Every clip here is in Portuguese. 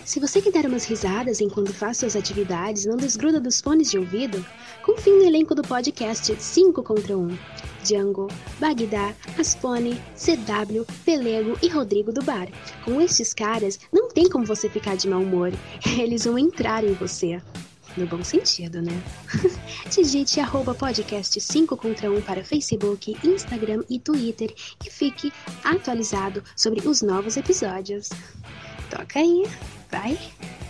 Se você quer dar umas risadas enquanto faz suas atividades e não desgruda dos fones de ouvido, confie no elenco do podcast 5 contra 1. Django, Bagdá, Aspone, CW, Pelego e Rodrigo do Bar. Com estes caras, não tem como você ficar de mau humor. Eles vão entrar em você. No bom sentido, né? Digite @podcast 5 contra 1 para Facebook, Instagram e Twitter e fique atualizado sobre os novos episódios. Toca aí, vai!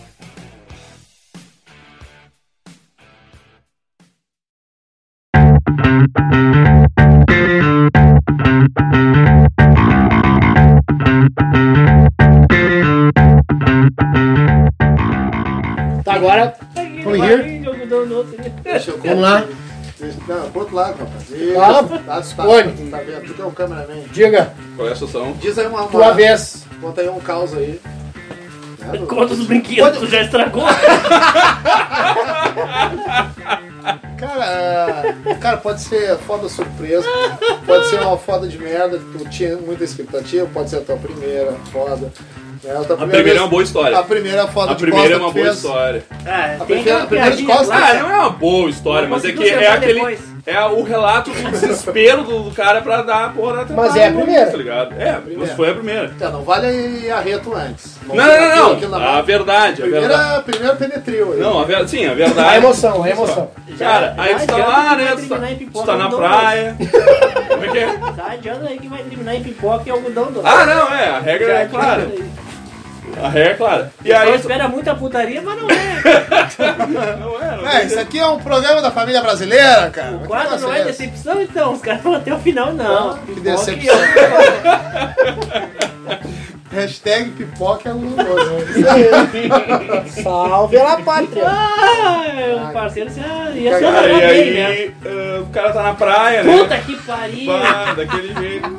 Tá, agora, vamos here. Vamos lá. Não, pro outro lado, rapaz. Pode. Tá vendo? Tu que é o cameraman. Diga, Qual é a situação? Diz aí uma tua vez. Conta aí um caos aí. Conta os brinquedos, tu já estragou. Cara, pode ser foda surpresa, pode ser uma foda de merda, que tu tinha muita expectativa, pode ser a tua primeira foda. Né? A primeira é uma boa história. A primeira foda A de primeira é costa uma que boa fez. história. A primeira de costa. Ah, não é uma boa história, mas é que é aquele. É o relato do desespero do cara pra dar a porra da Mas é a primeira. tá ligado? É, mas foi a primeira. Tá, não vale arreto antes. Não. A verdade, a verdade. Primeira penetril aí. Não, sim, a verdade. A emoção, a emoção. Cara, aí tu tá lá, né? Tu tá na praia. Como é que é? Tá adiando aí que vai terminar em pipoca e algodão doce. Ah, não, a regra é clara. A regra é clara. E aí. Espera muita putaria, mas não é. Não é. Isso aqui é um programa da família brasileira, cara. O quadro não é decepção, então. Os caras vão até o final, não. Que decepção. Hashtag pipoca é luminoso. Salve a pátria. O parceiro ia ser Cara, uma e dele, né? aí o cara tá na praia, né? Puta que pariu. Pá, daquele jeito.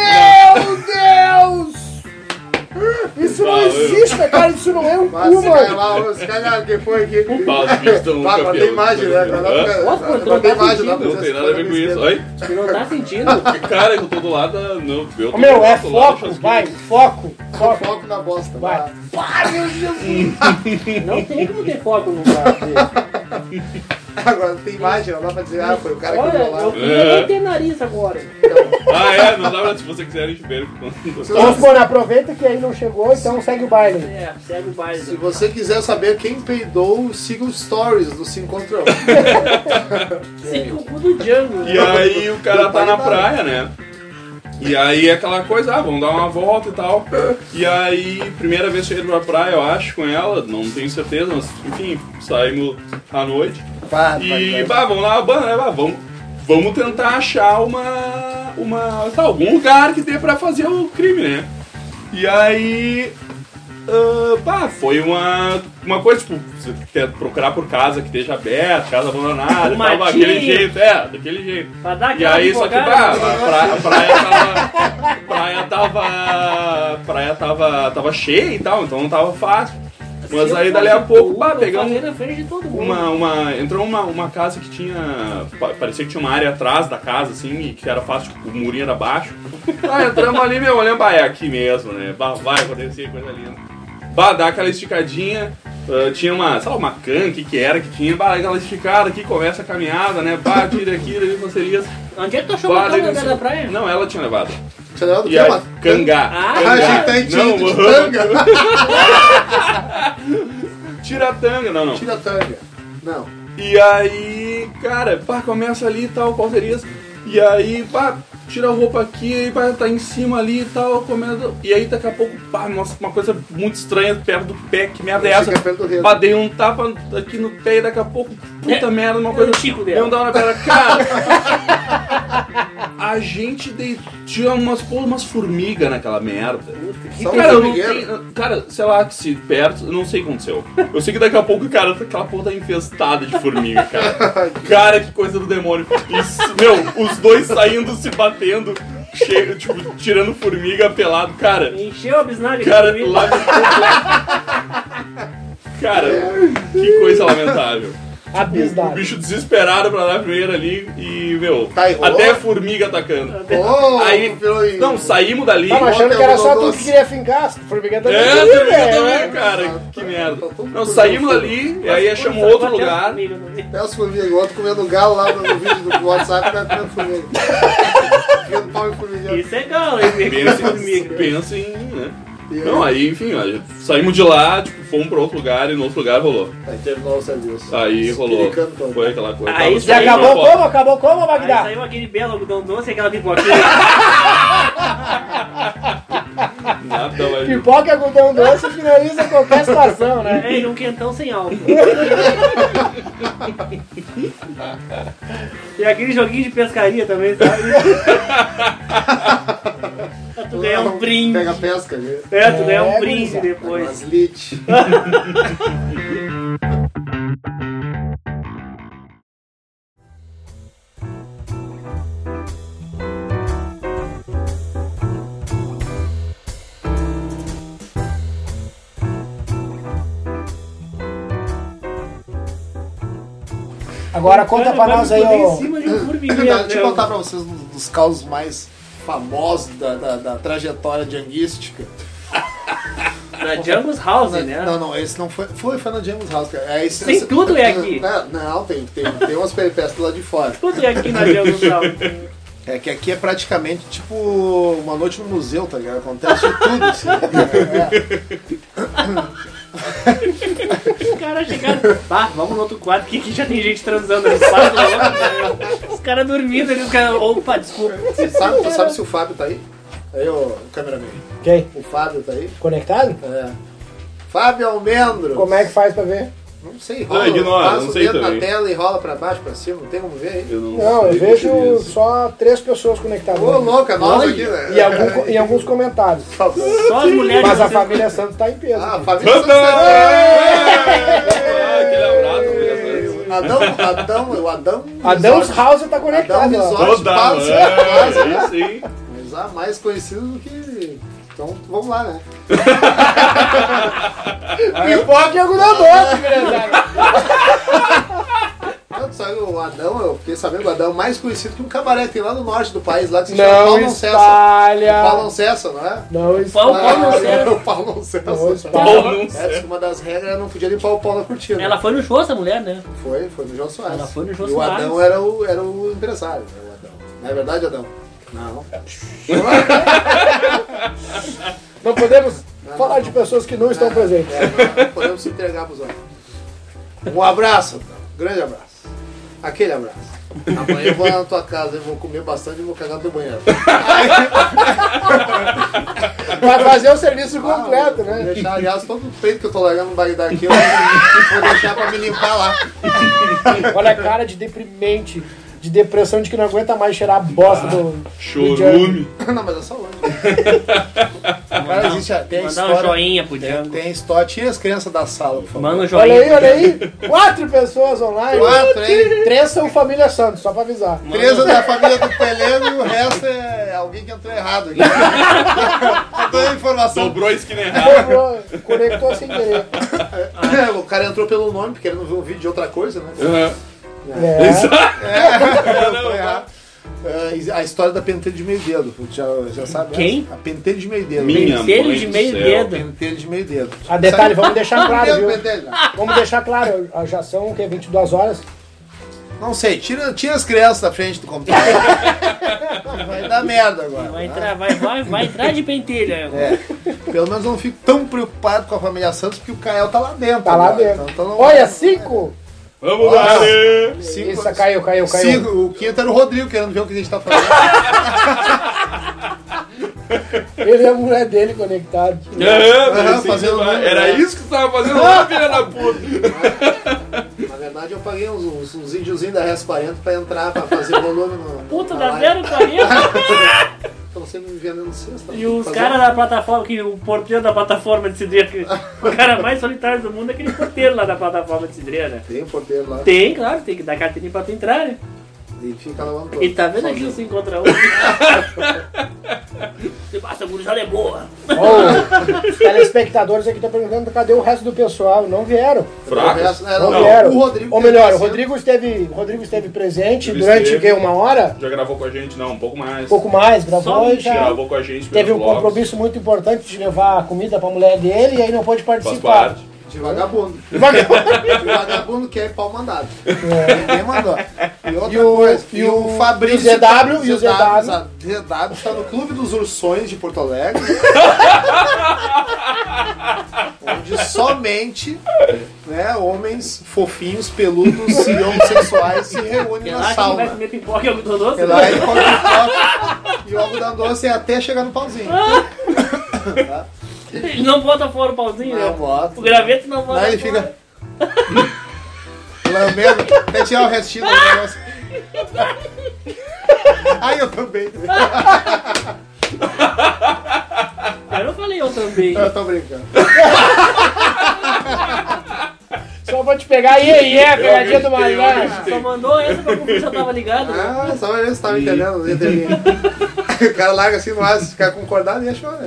Meu Deus! Isso não existe, cara, isso não é um cu, Mas vai mano. lá, os caras, quem foi aqui? Os bichos estão Vai, tem imagem, né? Não Tem imagem lá. Não tem nada a ver com isso. Oi? Tu não tá sentindo? Cara, eu tô do lado da... Não, eu tô Meu, do é lado da foco, churrasqueira. vai, foco. Foco na bosta. Vai. Vai, meu Jesus! Não tem como ter foco no braço. Agora tem imagem, não dá pra dizer, foi o cara que Olha, deu lá. eu queria nem ter nariz agora. Ah, não dá pra... Se você quiser, a gente vê. Vamos pôr, aproveita que aí não chegou, então segue o baile. É, segue o baile. Se você quiser saber quem peidou, siga os stories do 5 contra 1. Siga o cu do Django. E aí o cara tá na praia, né? E aí aquela coisa, vamos dar uma volta e tal. E aí, primeira vez que eu ia pra praia, eu acho, com ela, não tenho certeza, mas enfim, saímos à noite. E vamos lá, vamos tentar achar algum lugar que dê pra fazer o crime, né? E aí, foi uma coisa, tipo, você quer procurar por casa que esteja aberta, casa abandonada, tal, daquele jeito, daquele jeito. Pra dar E aquela aí, só que, a praia tava cheia e tal, então não tava fácil. Mas aí dali a pouco, pegamos entrou uma casa que tinha, parecia que tinha uma área atrás da casa, assim, e que era fácil, tipo, o murinho era baixo. Entramos ali, olhando, é aqui mesmo, né, vai acontecer, coisa linda. Dá aquela esticadinha, tinha uma cana, que tinha, aquela esticada aqui, começa a caminhada, né, tira aqui, daí parcerias. Onde é que tu achou uma cana da praia? Não, ela tinha levado. Você levou do que, mano? Cangá. A gente tá entendido de tanga. Tira a tanga, não. Tira a tanga. Não. E aí, cara, começa ali e tal, parcerias. E aí, tira a roupa aqui, tá em cima ali e tal, comendo. E aí daqui a pouco, uma coisa muito estranha perto do pé, que merda é essa? Dei um tapa aqui no pé e daqui a pouco, puta merda, uma coisa. Eu dava na cara, cara. A gente tinha umas formigas naquela merda. Cara, sei lá, que se perto, eu não sei o que aconteceu. Eu sei que daqui a pouco, cara, aquela porra tá infestada de formiga, cara. Cara, que coisa do demônio. Isso, os dois saindo, se batendo, cheio, tipo, tirando formiga pelado, cara. Encheu a bisnaga de formiga. Lá no... Cara, que coisa lamentável. A bisdada. O bicho desesperado pra dar primeiro ali e, meu, Tá, e rolou? até formiga atacando. Aí, Não, saímos dali. Tava achando que era só tu que queria fincar. Formiga também. É, queria, formiga velho, também, né? cara. Que merda. Não, saímos dali e aí achamos outro lugar. Até as formigas, o outro comendo galo lá no vídeo do WhatsApp, vai comendo formiga. Comendo pau e formiga. Isso é galo, hein? Pensa em, né? Não, aí, enfim, ó, saímos de lá, tipo, fomos pra outro lugar e no outro lugar rolou. Aí terminou o serviço. Aí rolou. Explicando todo. Foi aquela coisa. Aí E saiu acabou uma como? Acabou como, Aí Bagdá? saiu aquele belo algodão doce e aquela pipoquinha. Nada, mas... Pipoca e algodão doce finaliza qualquer situação, né? É, e um quentão sem álcool. E aquele joguinho de pescaria também, sabe? Pra tu ganhar um brinde. Pega a pesca, né? É, tu ganhar um É, brinde gurizada. depois. Umas lit. Agora conta pra nós aí, Em ó. cima de um formigueiro. Deixa eu contar pra vocês um dos causos mais famosos da trajetória janguística. Na Django's House, né? Não, esse não foi. Foi na James House, cara. Tem tudo é aqui. Não, tem umas peripécias lá de fora. Tudo é aqui na Django's House. É que aqui é praticamente tipo uma noite no museu, tá ligado? Acontece de tudo, assim. Os caras chegaram. Bah, vamos no outro quarto que já tem gente transando no quarto. Os caras dormindo ali, os caras. Opa, desculpa. Tu sabe se o Fábio tá aí? Aí, o cameraman. Quem? O Fábio tá aí? Conectado? É. Fábio Almendro. Como é que faz pra ver? Não sei, rola. ignora, Passa não o sei dedo também. na tela e rola pra baixo, pra cima. Não tem como ver aí. Não, eu vejo só 3 pessoas conectadas. Ô, louca, nós aqui, né? E alguns comentários. Só as mulheres. Mas a de família Santos tá em peso. Ah, aqui. família Santa! Santos. Aquele abraço mesmo. Adão's House tá conectado Adão lá. Resort. Toda, Quase, é, sim. Mas há mais conhecido do que... Então, vamos lá, né? Pipoca e algodão doce, gurizada. Não, tu sabe, o Adão, eu fiquei sabendo que o Adão é mais conhecido que um cabaré que tem lá no norte do país, lá que se chama Pau Não Não Cessa. espalha. Pau Não Cessa, não é? Não Pau espalha. não cessa. O Pau Não Cessa. Não espalha. Pau não É, diz que uma das regras era não podia limpar o pau na cortina. Ela foi no show, essa mulher, né? Foi no João Soares. Ela foi no João E o Soares. Adão era o empresário, né, o Adão. Não é verdade, Adão? Não. Não podemos falar de pessoas que não estão presentes. Não podemos se entregar pros outros. Um abraço, Adão. Grande abraço. Aquele abraço. Amanhã eu vou lá na tua casa, eu vou comer bastante e vou cagar no teu banheiro. Vai fazer o serviço completo, Vou né? deixar, aliás, todo o peito que eu tô largando no Bagdá aqui, eu vou deixar pra me limpar lá. Olha a cara de deprimente, de depressão de que não aguenta mais cheirar a bosta do Chorume. Não, mas é só hoje. Cara, existe tem a Mandar um história. joinha pro Django. Tem a história. Tira as crianças da sala, por favor. Manda um Olha joinha. aí, olha aí. 4 pessoas online. 4, hein? 3 são família Santos, só pra avisar. 3 é da família do Peleno e o resto é alguém que entrou errado aqui. Toda a informação. Dobrou a esquina errada. Conectou sem querer. O cara entrou pelo nome, porque ele não viu um vídeo de outra coisa, né? Aham. É. Entrou errado. A história da pentelho de meio dedo. Tu já sabe? Quem? A pentelho de meio dedo. Minha Pentelho mãe de do meio céu. dedo. Pentelho de meio dedo. A detalhe, vamos deixar claro, viu? Pentelho. Vamos deixar claro, já são o quê? 22 horas. Não sei, tira as crianças da frente do computador. Vai dar merda agora. Vai entrar de pentelho. É. Pelo menos eu não fico tão preocupado com a família Santos, porque o Kael tá lá dentro. Tá lá agora. dentro. Então não- Olha, 5! Vamos lá, né? Cinco- Isso, caiu. Cinco, o quinto era o Rodrigo, querendo ver o que a gente tá fazendo. Ele e a mulher dele conectados. Fazendo número, Era né? isso que você tava fazendo lá, filha da puta. Na verdade, eu paguei uns índiozinhos da RS40 pra entrar, pra fazer volume no. Puta, na dá live. 0,40. Estão sempre me vendendo cesta. E os Fazer- caras da plataforma, que o porteiro da plataforma de Cidreira, o cara mais solitário do mundo é aquele porteiro lá da plataforma de Cidreira, né? Tem um porteiro lá. Tem, claro, tem que dar carteirinha pra tu entrar, né? E fica lavando todos. E tá vendo aqui o sozinho. 5 contra 1? Essa gurizada é boa. Os telespectadores aqui estão perguntando cadê o resto do pessoal. Não vieram. Fracos? Não vieram. O Rodrigo Ou melhor, o teve Rodrigo esteve presente Ele durante esteve. uma hora, Já gravou com a gente? Não, um pouco mais. um pouco mais, gravou e já Gravou com a gente. teve um pelos vlogs. compromisso muito importante de levar comida pra mulher dele e aí não pôde Faz participar. parte. de vagabundo. De vagabundo. De vagabundo que é pau mandado. Ninguém mandou. E outra E o- coisa, e o Fabrício. ZW, e o ZW. ZW está no Clube dos Ursões de Porto Alegre. Onde somente homens fofinhos, peludos e homossexuais se reúnem É na lá que ele vai sauna. comer pipoca e algodão doce. É lá ele come pipoca e o algodão doce até chegar no pauzinho. Tá? Ele não bota fora o pauzinho, Não né? bota. O graveto não bota Aí ele fora. fica lambendo, até tirar o restinho do negócio. Ai, eu também. Eu não falei eu também. Eu tô brincando. Só vou te pegar pegadinha do Maillard. Só mandou essa pra conferir se eu tava ligado. Né? Ah, só pra ver se tava entendendo. Não entendi. O cara larga assim no ar, se ficar concordado, ia chorar.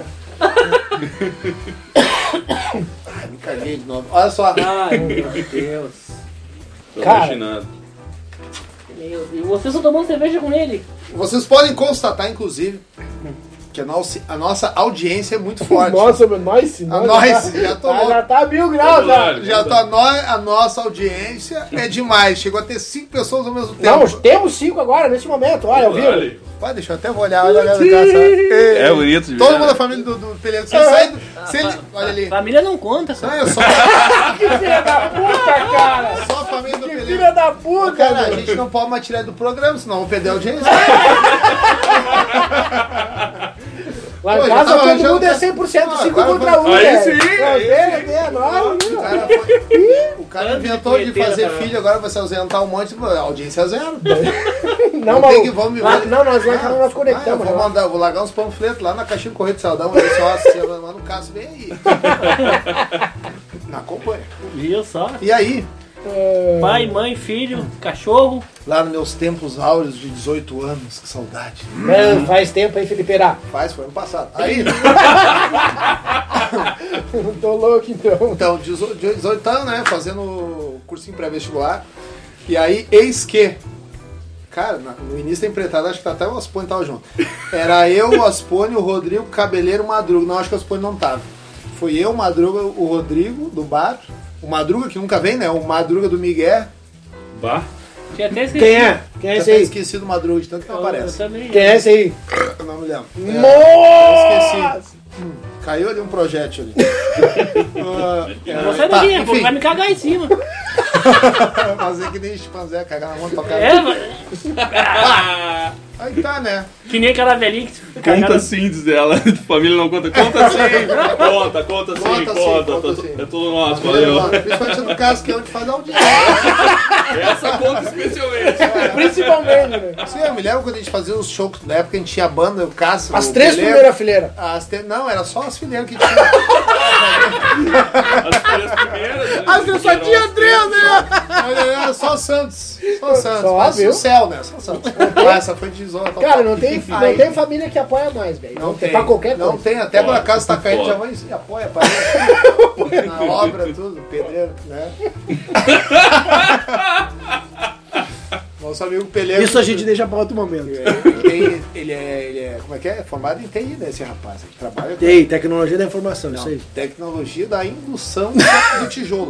Ai, me caguei de novo. Olha só. Ai, meu Deus. Tô Cara. imaginando. Meu Deus. Você só tomou cerveja com ele. Vocês podem constatar, inclusive, que a nossa audiência é muito forte. Nossa, meu, nós Já tô louco. já tá 1000 graus, já. Já tá a nossa audiência é demais. Chegou a ter 5 pessoas ao mesmo tempo. Não, temos 5 agora, nesse momento. Olha, ouviu? Olha. Pode deixar, eu até vou olhar. Olha ali na casa. É bonito de Todo ver, mundo né? da família do Peleiro. Se ele sair se ele, olha ali. Família não conta, só. Não, eu só, Que filha da puta, cara! só a família do Que Peleiro. filha da puta, Cara, a meu. gente não pode mais tirar ele do programa, senão vamos perder a audiência. Lá Pô, em já casa tava todo arranjando- mundo é 100% Ah, 5 agora contra 1, vai- Aí sim, O cara inventou de fazer filho, agora vai se ausentar um monte, a audiência é zero. Não, Tem mas que- vamos- não, nós lá em casa nós eu conectamos. vou né? vou largar uns panfletos lá na caixinha do Correio de Saudão, ver se manda um caso bem aí. Acompanha. Viu só? E aí, Pai, mãe, filho, cachorro. lá nos meus tempos áureos de 18 anos, que saudade. Faz tempo aí, Felipeira. Foi ano passado. Aí, Não tô louco, então. então, 18 anos, né, fazendo cursinho pré-vestibular. E aí, eis que... Cara, no início da empreitada, acho que até o Aspone tava junto. Era eu, o Aspone, o Rodrigo, o Cabeleiro e o Madruga. Não, acho que o Aspone não tava. Foi eu, o Madruga, o Rodrigo, do bar. O Madruga, que nunca vem, né? O Madruga do Miguel. Bah. Tinha até esquecido. Quem é? Quem é Já esse até aí? esquecido o Madruga, de tanto que não Eu aparece. também. Quem é esse aí? Eu não me lembro. Nossa! Esqueci. Caiu ali um projétil ali. Você Tá, daqui, enfim. vai me cagar em cima. Fazer que nem chimpanzé, cagar na mão do tocar. É, mas... Aí tá, né? Que nem aquela velhinha que Conta sim, diz ela. Família não conta. Conta sim. Conta sim, Conta sim, conta sim. É tudo nosso, valeu. Principalmente no caso que é onde faz a audiência. Essa conta especialmente. Principalmente, né? Sim, eu me lembro quando a gente fazia os shows, na época a gente tinha a banda, o Cássio. As o 3 Peleiro. primeiras fileiras. Não, era só as fileiras que tinha. As 3 primeiras. né? As que só tinha 3, né? Era só o Santos. Só o Santos. Só, Mas viu? o céu, né? Só o Santos. Essa foi de zona total. Cara, não tem Aí, família que apoia mais, velho. Não tem. Pra qualquer Não coisa. tem, até quando a casa tá caindo, Foda. já vai e apoia, na obra, tudo, pedreiro, né? Nosso amigo Peleiro. Isso a gente deixa pra outro momento. Ele é, como é que é? Formado em TI, né, esse rapaz. Ele trabalha com Ei, tecnologia da informação, isso aí. tecnologia da indução do tijolo.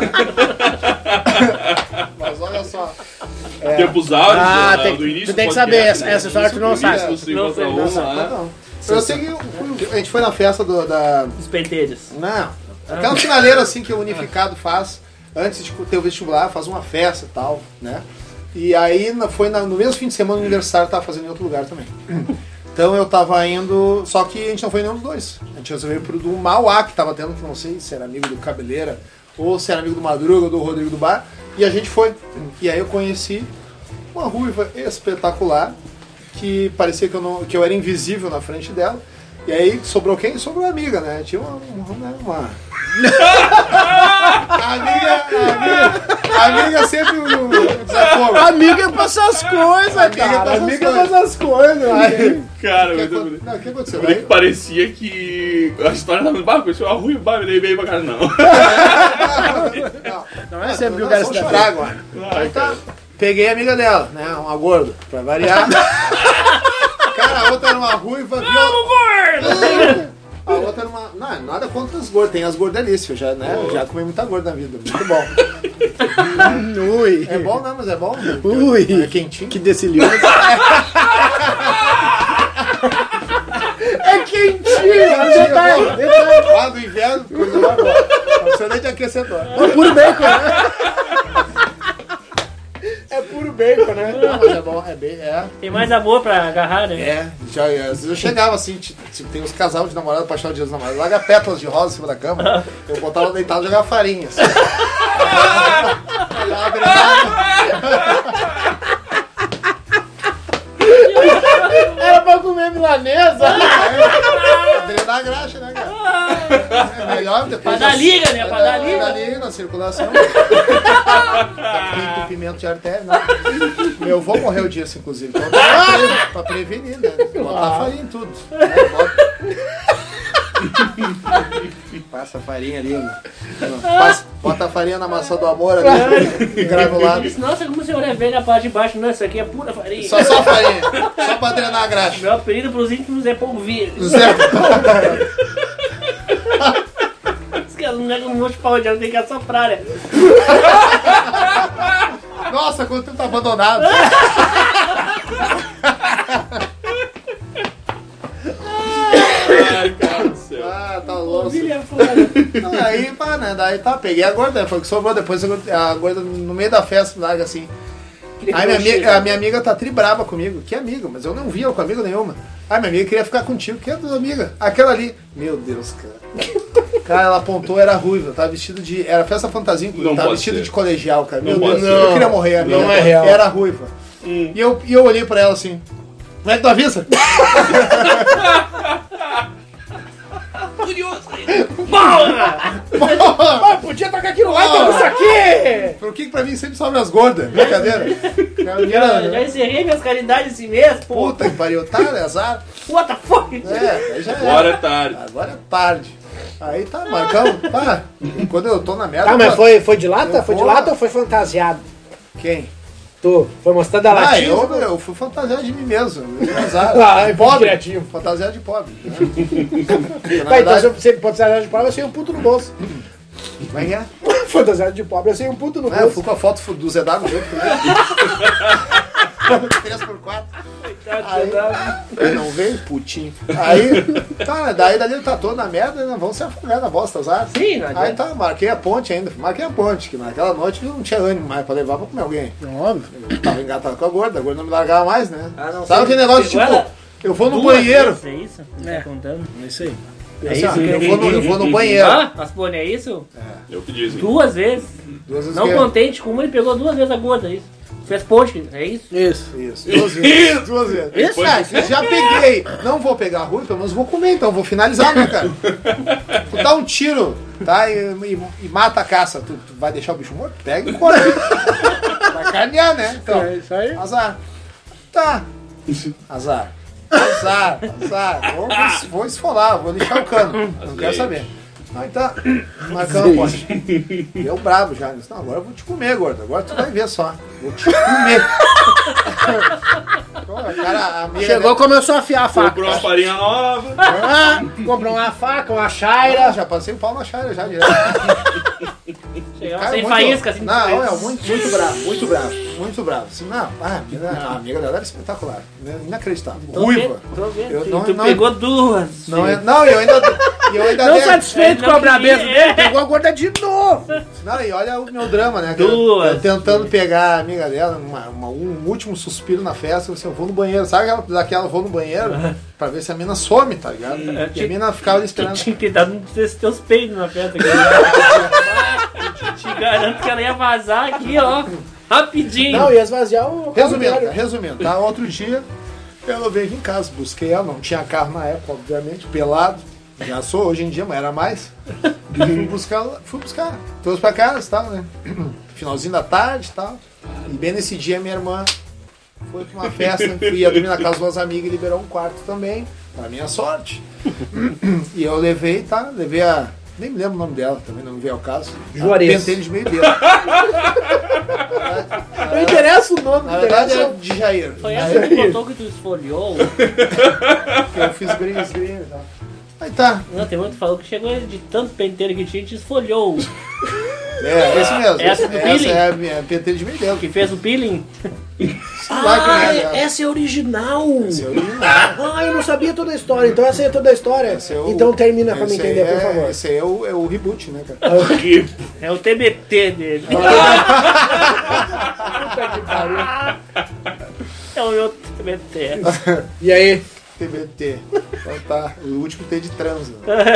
Mas olha só. Tempos áureos Ah, do tem- início tu tem do que saber, podcast, essa história tu não sabe. Início do Não 5 sei, contra 1 não sei. lá. Não. Eu sei que a gente foi na festa da... Os penteiros. Não. Aquela finaleira assim que o Unificado faz antes de ter o vestibular, faz uma festa e tal, né? E aí no mesmo fim de semana o aniversário tava fazendo em outro lugar também. Então eu tava indo, só que a gente não foi em nenhum dos dois. A gente resolveu ir pro do Mauá, que tava tendo, que não sei se era amigo do Cabeleira, ou se era amigo do Madruga, ou do Rodrigo do Bar, e a gente foi. E aí eu conheci uma ruiva espetacular, que parecia que eu era invisível na frente dela. E aí sobrou quem? Sobrou a amiga, né? Tinha uma... A amiga sempre o desaforo. Amiga é pra essas coisas, cara. Amiga é pra essas coisas. Cara, O que aconteceu? porque parecia que a história tava muito conheceu a Rui, me dei pra casa, não. Não é sempre que o Nós cara vamos se dá chorar bem. agora. Aí tá. Peguei a amiga dela, né? Uma gorda, pra variar. Cara, a outra era uma ruiva. Vamos, gorda! A outra era uma. Não, nada contra as gordas. Tem as gordelícias, eu já, né? Já comi muita gorda na vida. Muito bom. Ui. É bom, não, mas é bom. Ui. É quentinho. Que decilioso. É quentinho. Detalhe. Lá do inverno, coisa mais boa. Não precisa nem de aquecedor. É puro bacon, né? É puro bacon, né? Não, mas é bom, é bem. É. Tem mais amor pra agarrar, né? É, já, às vezes eu chegava assim, tipo, tem uns casal de namorado pra achar o dia dos namorados, larga pétalas de rosa em cima da cama, eu botava deitado e jogava farinha. Assim. Era pra comer milanesa. Pra drenar a graxa, né, cara? É melhor depois. Pra dar liga, né? Pra dar liga. Pra dar liga na circulação. Entupimento de artéria, né? Meu avô morreu disso, inclusive. Então, pra prevenir, né? Botar farinha em tudo. Né? Passa a farinha ali. Bota a farinha na maçã do amor ali. Granulado. Nossa, como o senhor é velho na parte de baixo. Não, isso aqui é pura farinha. Só farinha. Só pra drenar a graxa. Meu apelido pros íntimos é polvilho. Zé. Os caras não é com um monte de pau de tem que assoprar, né? Nossa, quanto tempo tá abandonado. Ai, cara do céu. Ah, tá louco. Polvilho é foda. Aí, pá, né? Daí tá, peguei a gorda, foi o que sobrou. Depois a gorda no meio da festa, larga assim. Aí a minha amiga tá tribrava comigo. Que amiga? Mas eu não vi ela com amiga nenhuma. Aí minha amiga queria ficar contigo. Que é tua amiga? Aquela ali. Meu Deus, cara. Cara, ela apontou, era ruiva. Tava vestido de... Era festa fantasia, inclusive. Não Tava pode vestido ser. de colegial, cara. Meu Não Deus, pode eu ser. queria morrer. A Não minha é real. Era ruiva. E eu olhei pra ela assim. Como é que tu avisa? Curioso aí. Porra! Mas podia tocar aquilo lá, então isso aqui. Por que pra mim sempre sobra as gordas? Brincadeira. Já encerrei minhas caridades assim mesmo, pô. Puta que pariu. Tá, né? Azar. What the fuck? É, aí já Agora era. é tarde. Agora é tarde. Aí tá, Marcão, pá. Quando eu tô na merda. Tá, mas pô, foi de lata? Eu Foi de vou- lata ou foi fantasiado? Quem? Tu foi mostrando a Ah, latinha? eu fui fantasiado de mim mesmo. Azar. Ah, é pobre. criativo. Fantasiado de pobre. Né? Porque, na Vai, então verdade, você fantasiado de pobre, eu sei um puto no bolso. como é que é? Fantasiado de pobre, eu sei um puto no Eu bolso. fui com a foto do ZW junto comigo. 3x4. Aí não veio, putinho. Aí, tá, daí dali tá todo na merda, né? Vamos se afogar na bosta, azar. Sim, não adianta. Aí tá, marquei a ponte ainda. Marquei a ponte, que naquela noite eu não tinha ânimo mais pra levar pra comer alguém. Óbvio. Eu tava engatado com a gorda não me largava mais, né? não, Sabe aquele negócio pegou tipo, ela eu vou no duas banheiro. vezes, é isso? Tá contando? É isso aí. Assim, ó, isso? eu vou no banheiro. Ah, Aspone, é isso? Eu pedi assim. 2 vezes. 2 vezes Não que- contente com uma, ele pegou 2 vezes a gorda, é isso? Fez ponte, é isso? Isso. Isso, 2 vezes. 2 vezes. Isso, Ah, já peguei. Não vou pegar a ruim, pelo menos vou comer, então vou finalizar, né, cara? Tu dá um tiro, tá? E mata a caça. Tu vai deixar o bicho morto? Pega e corre. Vai carnear, né? Então, É isso aí. azar. Tá. Azar. Vou esfolar, vou lixar o cano. Não quero saber. Não, então, Marcão, pode. Eu bravo já. Disse, não, agora eu vou te comer, gordo. Agora tu vai ver só. Vou te comer. Pô, cara, a amiga Chegou, começou a afiar a faca. Comprou uma farinha nova. Ah, comprou uma faca, uma chaira. já passei o pau na chaira já direto. Chegava Cara, sem muito- faísca, assim. Não, é muito bravo. Assim, não, a amiga dela era espetacular. Né? Inacreditável. Ruiva. Tô vendo. Eu Tu não- pegou 2. Não, não, e eu ainda Não dei- satisfeito É, com a não brabeza queria, dele, é. pegou a gorda de novo. Não, e olha o meu drama, né? Duas. Eu tentando pegar a amiga dela, um último suspiro na festa, eu, assim, eu vou no banheiro. Sabe daquela vou no banheiro? Pra ver se a mina some, tá ligado? E a mina ficava ali esperando. Tinha que ter dado um desses teus peitos na festa. Te garanto que ela ia vazar aqui, ó. Rapidinho. Não, ia esvaziar o Resumindo, tá? Outro dia, eu veio aqui em casa, busquei ela, não tinha carro na época, obviamente, pelado, Já sou hoje em dia, mas era mais. Fui buscar. Trouxe pra casa e tal, né? Finalzinho da tarde e tal. E bem nesse dia minha irmã foi pra uma festa, ia dormir na casa de umas amigas e liberou um quarto também, pra minha sorte. E eu levei, tá? Levei a... Nem me lembro o nome dela, também não me veio ao caso. Juarez. Pentelho de meio dedo. Não interessa o nome, Na verdade é de Jair. Foi essa que botou que tu esfoliou? Que eu fiz grinhos e tal. Aí tá. Não, tem muito que falou que chegou de tanto penteiro que tinha e te esfoliou. É, esse mesmo. Essa do peeling? é a minha pentelho de meio dedo. Que fez o peeling? Essa é original. Esse é original. Eu não sabia toda a história. Então essa é toda a história. Então termina pra me entender, por favor. Esse aí é o reboot, né, cara? É o TBT dele. Puta que pariu. É o meu TBT. E aí? TBT. Então tá, o último T de transa.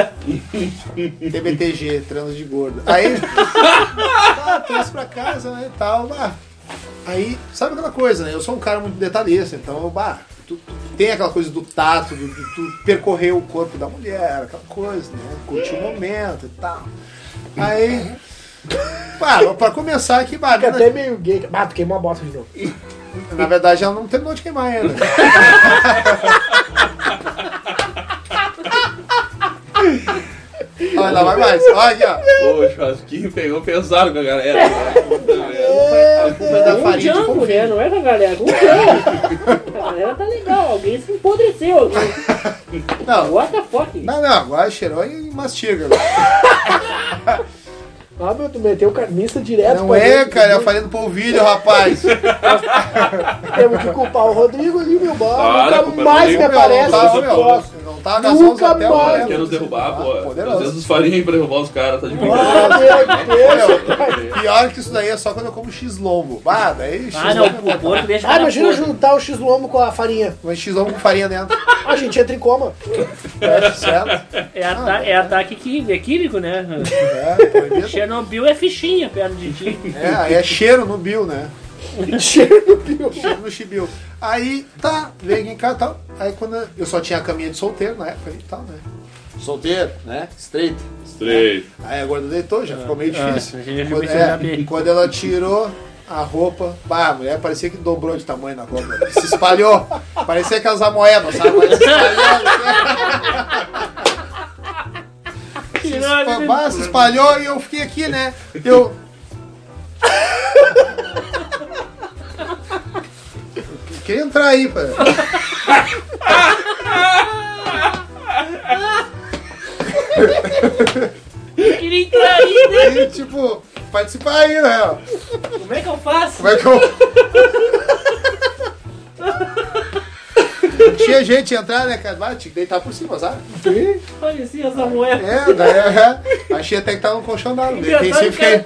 TBTG, transa de gorda. Aí, trouxe pra casa, né, e tal, aí, sabe aquela coisa, né, eu sou um cara muito detalhista, então, tu tem aquela coisa do tato, tu percorrer o corpo da mulher, aquela coisa, né, curtir o momento e tal. Aí, pra começar aqui, Fica até meio gay. Tu queimou a bosta de novo. Na verdade, ela não terminou de queimar ainda. Olha, lá vai mais. Olha aqui, ó. Pô, o churrasquinho pegou pesado com a galera. A culpa é da Com o farinha de Django, polvilho. né? Não é com a galera, com o Django. A galera tá legal, alguém se empodreceu. Alguém... Não, What the fuck? não, agora cheirou e mastiga. Meu, tu meteu carniça direto. Não pra é, dentro. cara, eu falei no polvilho, rapaz. Temos que culpar o Rodrigo ali, meu Claro, nunca culpa é mais do me Rodrigo. aparece Não, esse meu, troço. não tá nas mãos Nunca até mais. agora. Quer nos derrubar, pô. Poderoso. Às vezes os farinha pra derrubar os caras, tá de Ah, brincadeira. meu Deus. Pior que isso daí é só quando eu como x-lombo. Daí Ah, não, o porco deixa cara Imagina podre. juntar o x-lombo com a farinha. Um x-lombo com farinha dentro. A gente entra em coma. Certo? É ataque químico, né? É, proibido. Chernobyl é fichinha perto de ti. Aí é cheiro no Bill, né? Cheiro no pio. Cheiro no chibiu. Aí, tá, veio aqui em casa e tal. Aí quando eu só tinha a caminha de solteiro na época e tal, né? Solteiro, né? Straight. Straight. Aí agora deitou, já ficou meio difícil. já Quando, comecei a ver. quando ela tirou a roupa, a mulher parecia que dobrou de tamanho na roupa. Se espalhou. Parecia aquelas amoebas, sabe? Mas se espalhou. Se espalhou e eu fiquei aqui, né? Eu queria entrar aí, pai. Queria entrar aí, né? E, tipo, participar aí, né? Como é que eu faço? Como é que eu... Tinha gente entrar, né, cara? Tinha que deitar por cima, sabe? Parecia essa moeda. Achei até que tava no colchão d'água. Engraçado, Pensei, fiquei...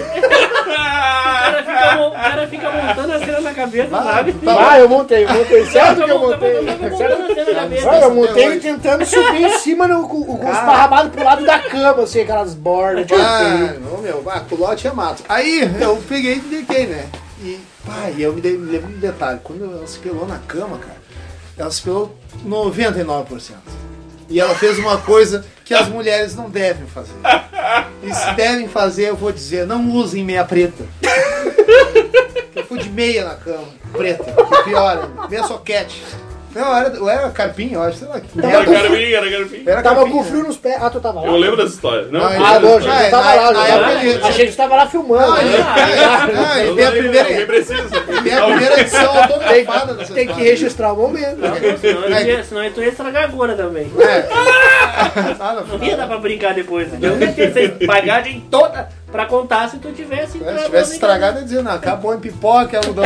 O cara fica montando a cena na cabeça, sabe? Eu montei. Certo que eu montei. Montando a cena na cabeça. Eu montei tentando subir em cima com os esparramados pro lado da cama, assim, aquelas bordas. Culote é mato. Aí eu peguei e deitei, né? E eu me lembro de um detalhe. Quando ela se pelou na cama, cara, ela se pelou 99%. E ela fez uma coisa que as mulheres não devem fazer. E se devem fazer, eu vou dizer, não usem meia preta. Eu fui de meia na cama, preta, que pior, meia soquete. Não, era carpinho, eu acho, sei lá. Era carpinho. Era Tava carpinho, com frio nos pés. Tu tava lá. Eu lembro dessa história. Não, Bom, já tava lá. época Achei que você tava lá filmando. e tem a primeira... Alguém precisa. Tem a primeira edição autografada dessa Tem que história. registrar o momento. Senão tu ia estragar agora também. Não ia dar pra brincar depois. Eu ia ter essa bagagem toda pra contar se tu tivesse. Se tivesse estragado, eu ia dizer, não, acabou em pipoca, algodão.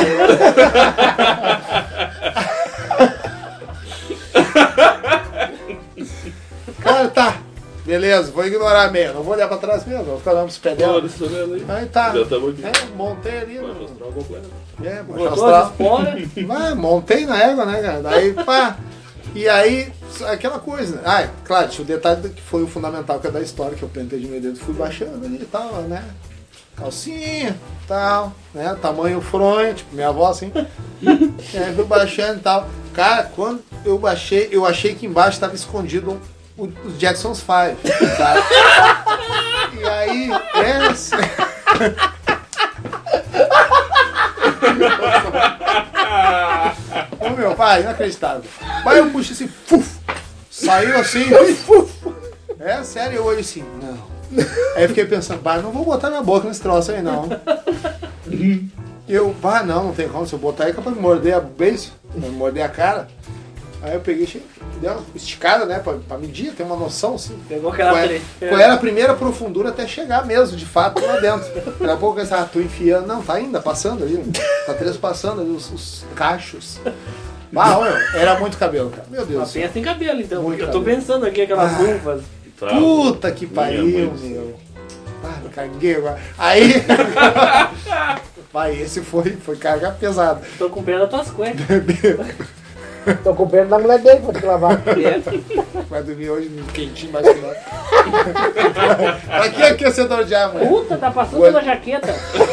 Cara, tá. Beleza, vou ignorar a meia. Não vou olhar pra trás mesmo, vou ficar olhando pros pés dela. Aí tá. Já tamo aqui. Montei ali. Botou as esporas. Montei na égua, né, cara? Daí, pá. E aí, aquela coisa, né? Claro, tinha o detalhe que foi o fundamental, que é da história, que eu pentei de meu dedo, fui baixando ali e tal, né? Calcinha, tal, né? Tamanho fronha, tipo minha avó, assim. Fui baixando e tal. Cara, quando eu baixei, eu achei que embaixo estava escondido os Jackson's 5, sabe? E aí, Ô meu pai, inacreditável. Pai, eu puxei assim, saiu assim, é sério, eu olhei assim, não. Aí eu fiquei pensando, não vou botar minha boca nesse troço aí não. Eu, não tem como, se eu botar aí é capaz de morder a beijo, morder a cara. Aí eu peguei, dei uma esticada, né, pra medir, ter uma noção, assim. Pegou aquela qual era a primeira profundura até chegar mesmo, de fato, lá dentro. Daqui a pouco eu pensava, tô enfiando. Não, tá ainda, passando ali. Tá trespassando ali os cachos. Era muito cabelo, cara. Meu Deus. Pensa em cabelo, então. Muito eu tô cabelo. pensando aqui, aquelas luvas. Puta que pariu, meu. Me caguei agora. Aí... esse foi carga pesada. Tô com pena das tuas cuecas. Tô com pena da mulher dele, vou ter que lavar. Vai dormir hoje quentinho, mais que nós. Aqui é aquecedor de ar, mano. Puta, tá passando pela jaqueta.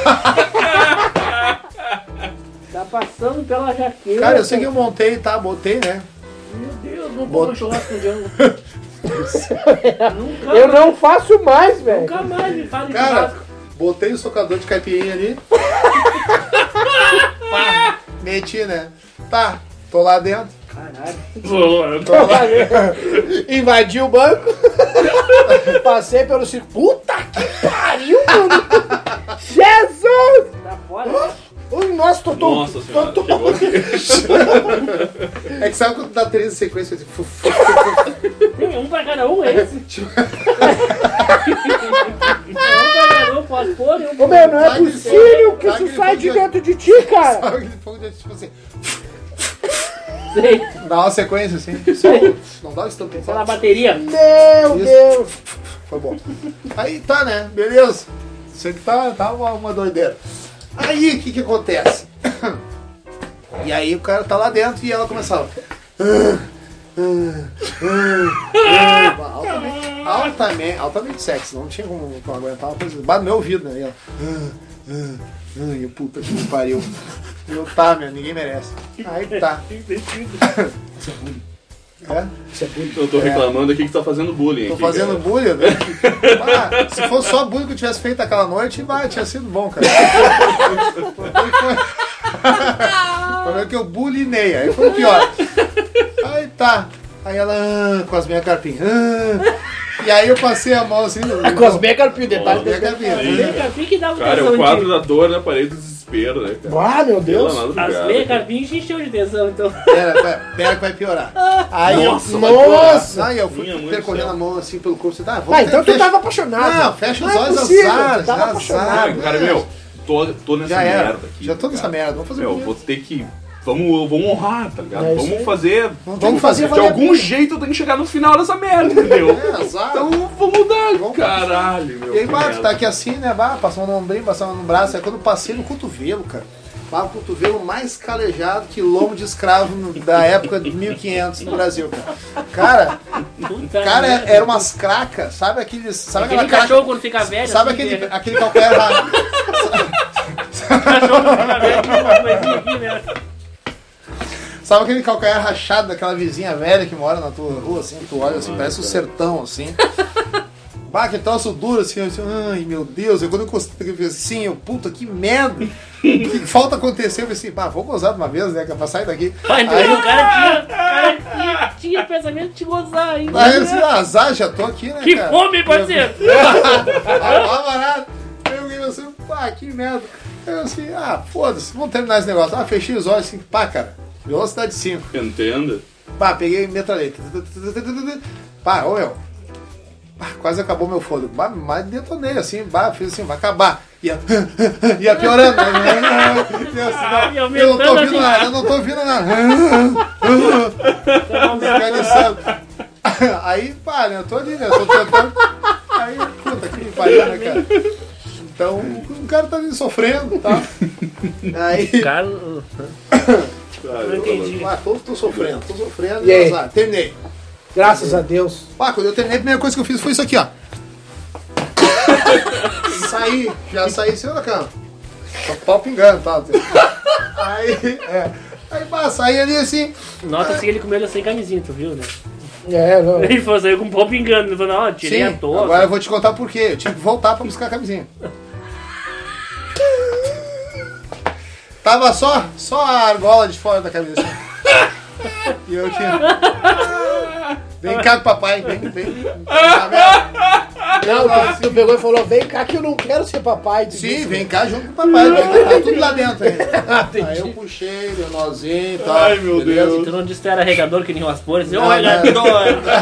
Tá passando pela jaqueta. Cara, eu sei que eu montei, botei, né? Meu Deus, não vou churrasco com o Django. Eu não faço mais, velho. Nunca mais me fala de Cara, churrasco. botei o socador de caipirinha ali. Meti, né? Tô lá dentro. Caralho. Invadi o banco. Passei pelo circo. Puta que pariu, mano. Jesus! Tá fora, né? Nossa, tô... Nossa senhora, chegou aqui. É que sabe quando dá 13 sequências assim? Tem um pra cada um, é esse? Um pra cada um, pode pôr e um Ô, meu, não é possível que isso sai de dentro de ti, cara. Sabe aquele fogo de tipo assim? Sei. Dá uma sequência assim. Não dá o estampinho. Sei lá, bateria. Meu Deus. Foi bom. Aí tá, né? Beleza. Isso aqui tá uma doideira. Aí, o que acontece? E aí o cara tá lá dentro e ela começava... altamente sexy. Não tinha como aguentar uma coisa... no meu ouvido, né? E ela... puta que me pariu. Eu, ninguém merece. Aí tá. Eu tô reclamando aqui que tá fazendo bullying. Tô fazendo bullying, né? Se fosse só bullying que eu tivesse feito aquela noite, tinha sido bom, cara. Foi que eu bullyinei, aí foi pior. Aí tá. Aí ela com as minhas carpinhas. E aí eu passei a mão assim. Com as minhas carpinhas, detalhe. Meia-carpinha que dá uma Cara, é o quadro da dor na parede do desespero, né, cara? Meu Deus. As meia-carpinhas encheu de tensão, então. Pera que vai piorar. Aí Nossa! Aí eu fui percorrendo a mão assim pelo corpo. Então tu tava apaixonado. Não, fecha os olhos, azar. tava apaixonado. Cara, tô nessa merda aqui. Já tô nessa merda. Vamos fazer vou ter que... Vamos honrar, tá ligado? Vamos fazer... Vamos fazer de algum jeito eu tenho que chegar no final dessa merda, entendeu? Então vamos mudar, caralho, meu. E aí, tu tá aqui assim, né? Passou no ombrinho, passou no braço. Aí quando eu passei no cotovelo, cara. O cotovelo mais calejado que lombo de escravo da época de 1500 no Brasil, cara. Cara, era umas cracas, sabe aqueles... Sabe aquele cachorro quando fica velho? Sabe aquele calcanhar rachado? Cachorro quando fica velho, tem uma coisinha aqui, né? Sabe aquele calcanhar rachado daquela vizinha velha que mora na tua rua, assim, tu olha assim, parece um sertão, assim. Que troço duro, assim, ai meu Deus, quando eu encostei assim, puta, que merda, o que falta acontecer? Eu pensei, vou gozar de uma vez, né, que é pra sair daqui. Aí o cara tinha pensamento de gozar ainda. Aí eu disse, azar, já tô aqui, né, que cara? fome, parceiro! Barato. Aí eu assim, que merda. Aí eu assim, foda-se, vamos terminar esse negócio. Fechei os olhos assim, cara, velocidade 5. Entenda. Peguei metralheta. Quase acabou meu fôlego. Mas detonei assim, fiz assim, vai acabar. Ia piorando. Eu não tô ouvindo nada. Aí, eu tô ali, né? Tô tentando. Aí, puta que pariu, né, cara? Então, o cara tá ali sofrendo, tá? Aí. Cara. Não entendi. Tô sofrendo. E aí? Terminei. Graças a Deus. Quando eu terminei, a primeira coisa que eu fiz foi isso aqui, ó. Já saí em cima da cama. Pau pingando, tá? Aí, saí ali assim. Nota-se que ele comeu sem camisinha, tu viu, né? Não. Ele falou, saiu com um pau pingando. Ele falou, não, tirei à toa. Agora eu vou te contar por quê. Eu tive que voltar pra buscar a camisinha. Tava só a argola de fora da camisa. E eu tinha... Vem cá com o papai, vem. Não, tu pegou e falou, vem cá que eu não quero ser papai. Sim, vem cá junto com o papai, tá tudo lá dentro ainda. Aí eu puxei, deu nozinho e tal. Ai, meu Deus. E tu não disse que era regador que nem o Aspone? Ô, regador!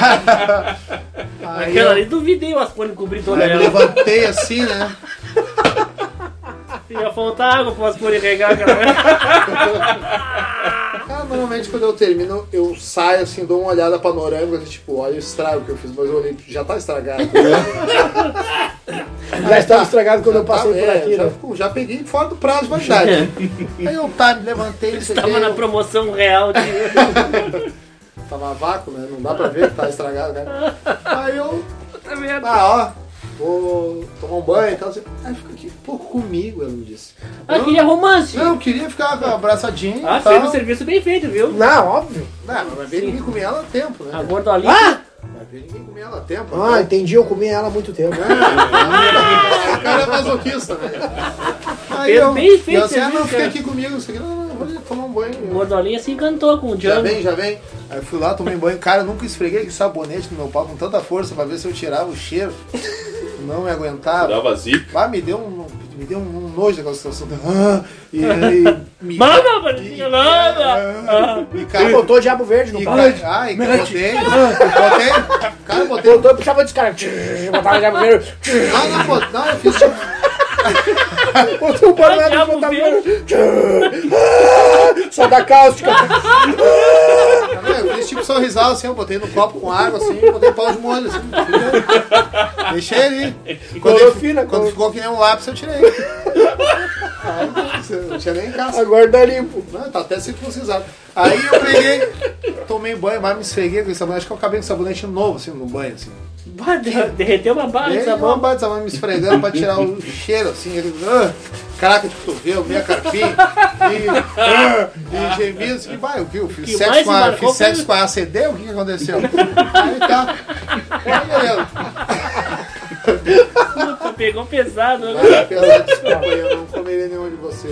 Aquela ali, duvidei o Aspone cobrir toda Aí eu ela. levantei assim, né? Ia faltar água pro Aspone regar aquela. Cara, normalmente quando eu termino, eu saio assim, dou uma olhada panorâmica, assim, tipo, olha o estrago que eu fiz, mas eu olhei, já tá estragado. Já estava estragado quando eu passei por aqui, né? Já peguei fora do prazo de validade. Aí eu me levantei, isso Tava na promoção real de... Tava a vácuo, né? Não dá pra ver que tá estragado, né? Aí eu... Tá vendo? Vou tomar um banho e tal. Assim. Aí fica aqui um pouco comigo, ela me disse. Queria romance. Não, eu queria ficar abraçadinho. Ah, fez um serviço bem feito, viu? Não, óbvio. Não, mas vai ver ninguém comer ela há tempo, né? A gordolinha. Vai ver ninguém comer ela há tempo. Ah, entendi, eu comi ela há muito tempo. O cara é masoquista, né? Aí eu bem feito, eu assim, não, cara. fica aqui comigo. Isso aqui, não, vou ali tomar um banho. A gordolinha se encantou com o Já Django. vem. Aí eu fui lá, tomei banho. Cara, eu nunca esfreguei aquele sabonete no meu pau com tanta força pra ver se eu tirava o cheiro. Não me aguentava. Dava zica. Ah, me deu um nojo daquela situação. Mama, parecia nada! E cara, Botou o diabo verde no pau. Ai, botei. Cara, botei. Botou e puxava descarga. Botava o diabo verde. Não, eu fiz tipo. Botou o pau e botava verde. Só da cáustica. Eu fiz tipo sorrisal assim, eu botei no copo com água assim, botei pau de molho assim. Deixei ali. Quando ficou que nem um lápis, eu tirei. Não tinha nem casca. Agora tá limpo. Não, tá até circuncisado. Aí eu peguei, tomei banho, mas me esfreguei com esse sabonete. Acho que eu acabei com sabonete novo, assim, no banho, assim. Derreteu uma barra de Uma sabão. barra de sabão me esfregando pra tirar o cheiro, assim. Caraca de cotovelo, meia carpinha. E gemido, assim, vai, o que eu fiz? Sexo com a ACD? O que aconteceu? Aí tá. Aí, beleza. Puta, pegou pesado, né? Desculpa, eu não comeria nenhum de vocês.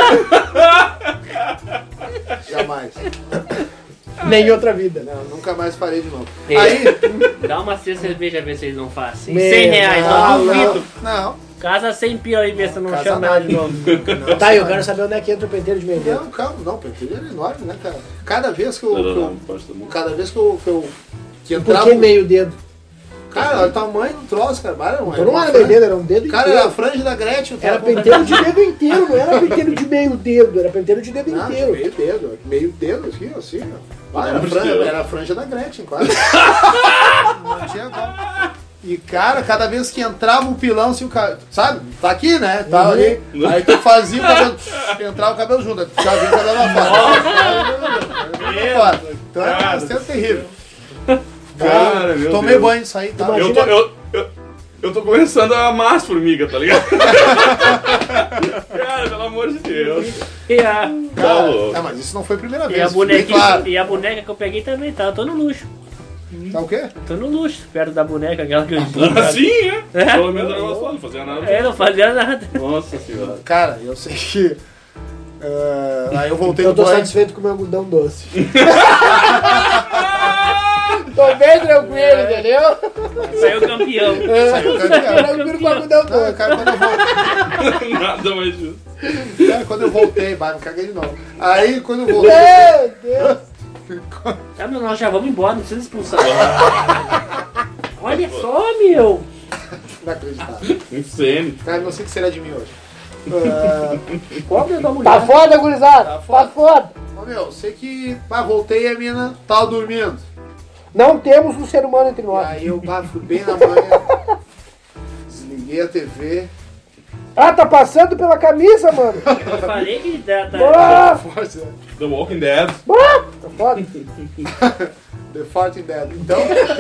Jamais. Nem em outra vida. Não, nunca mais farei de novo. É. Aí. Dá uma cerveja, ver se eles não fazem. Meu, 100 reais, não duvido. Não. Casa 100 pila aí, ver se não Casa chama nada. ela de novo. Tá, eu quero saber onde é que entra o penteiro de meio dedo. Não, calma, não, o penteiro é enorme, né, cara? Cada vez que eu. Não, pode tomar. Cada vez que eu Por entrava. que meio dedo? Cara, olha o tamanho do troço, cara. Então não era meio dedo, era um dedo Cara, inteiro. era a franja da Gretchen. Era penteiro de dedo inteiro, não era penteiro de meio dedo, era penteiro de dedo Não, inteiro. meio dedo. Meio dedo aqui, assim, ó. Ah, era a franja da Gretchen, quase. Não tinha como. E, cara, cada vez que entrava o pilão, assim, o cara, sabe? Tá aqui, né? Tá ali. Aí tu fazia o cabelo, entrava o cabelo junto, aí já vinha o cabelo lá fora. Então era uma cena terrível. Cara, meu Tomei Deus. banho, saí, tá? Eu tô começando a amar as formigas, tá ligado? Cara, pelo amor de Deus. E a, Ah, mas isso não foi a primeira vez. e a fiquei bonequinha, claro. e a boneca que eu peguei também, tá? Eu tô no luxo. Tá o quê? Tô no luxo, perto da boneca, aquela que eu Assim, é? Pelo menos era gostoso, não fazia nada. É, não fazia nada. Nossa senhora. Cara, eu sei que. Aí eu voltei Eu no tô banho. satisfeito com o meu algodão doce. Tô bem tranquilo, entendeu? Saiu campeão. Saiu campeão. Tranquilo com o algodão Não, doce. cara, quando eu voltei. Nada mais justo. Cara, quando eu voltei, me caguei de novo. Aí quando eu voltei. Meu Deus. Tá, mas nós já vamos embora, não precisa expulsar. Olha só, meu. Inacreditável. Insane. Cara, não sei o que será de mim hoje. Pobre da mulher. Tá foda, gurizada? Tá Tá foda. foda. Ô meu, sei que voltei e a mina tava dormindo. Não temos um ser humano entre nós. Aí eu fui bem na manhã, desliguei a TV. Ah, tá passando pela camisa, mano. Eu falei que dá. Ah, Força, The Walking Dead. tá foda. The Forte Dead. Então.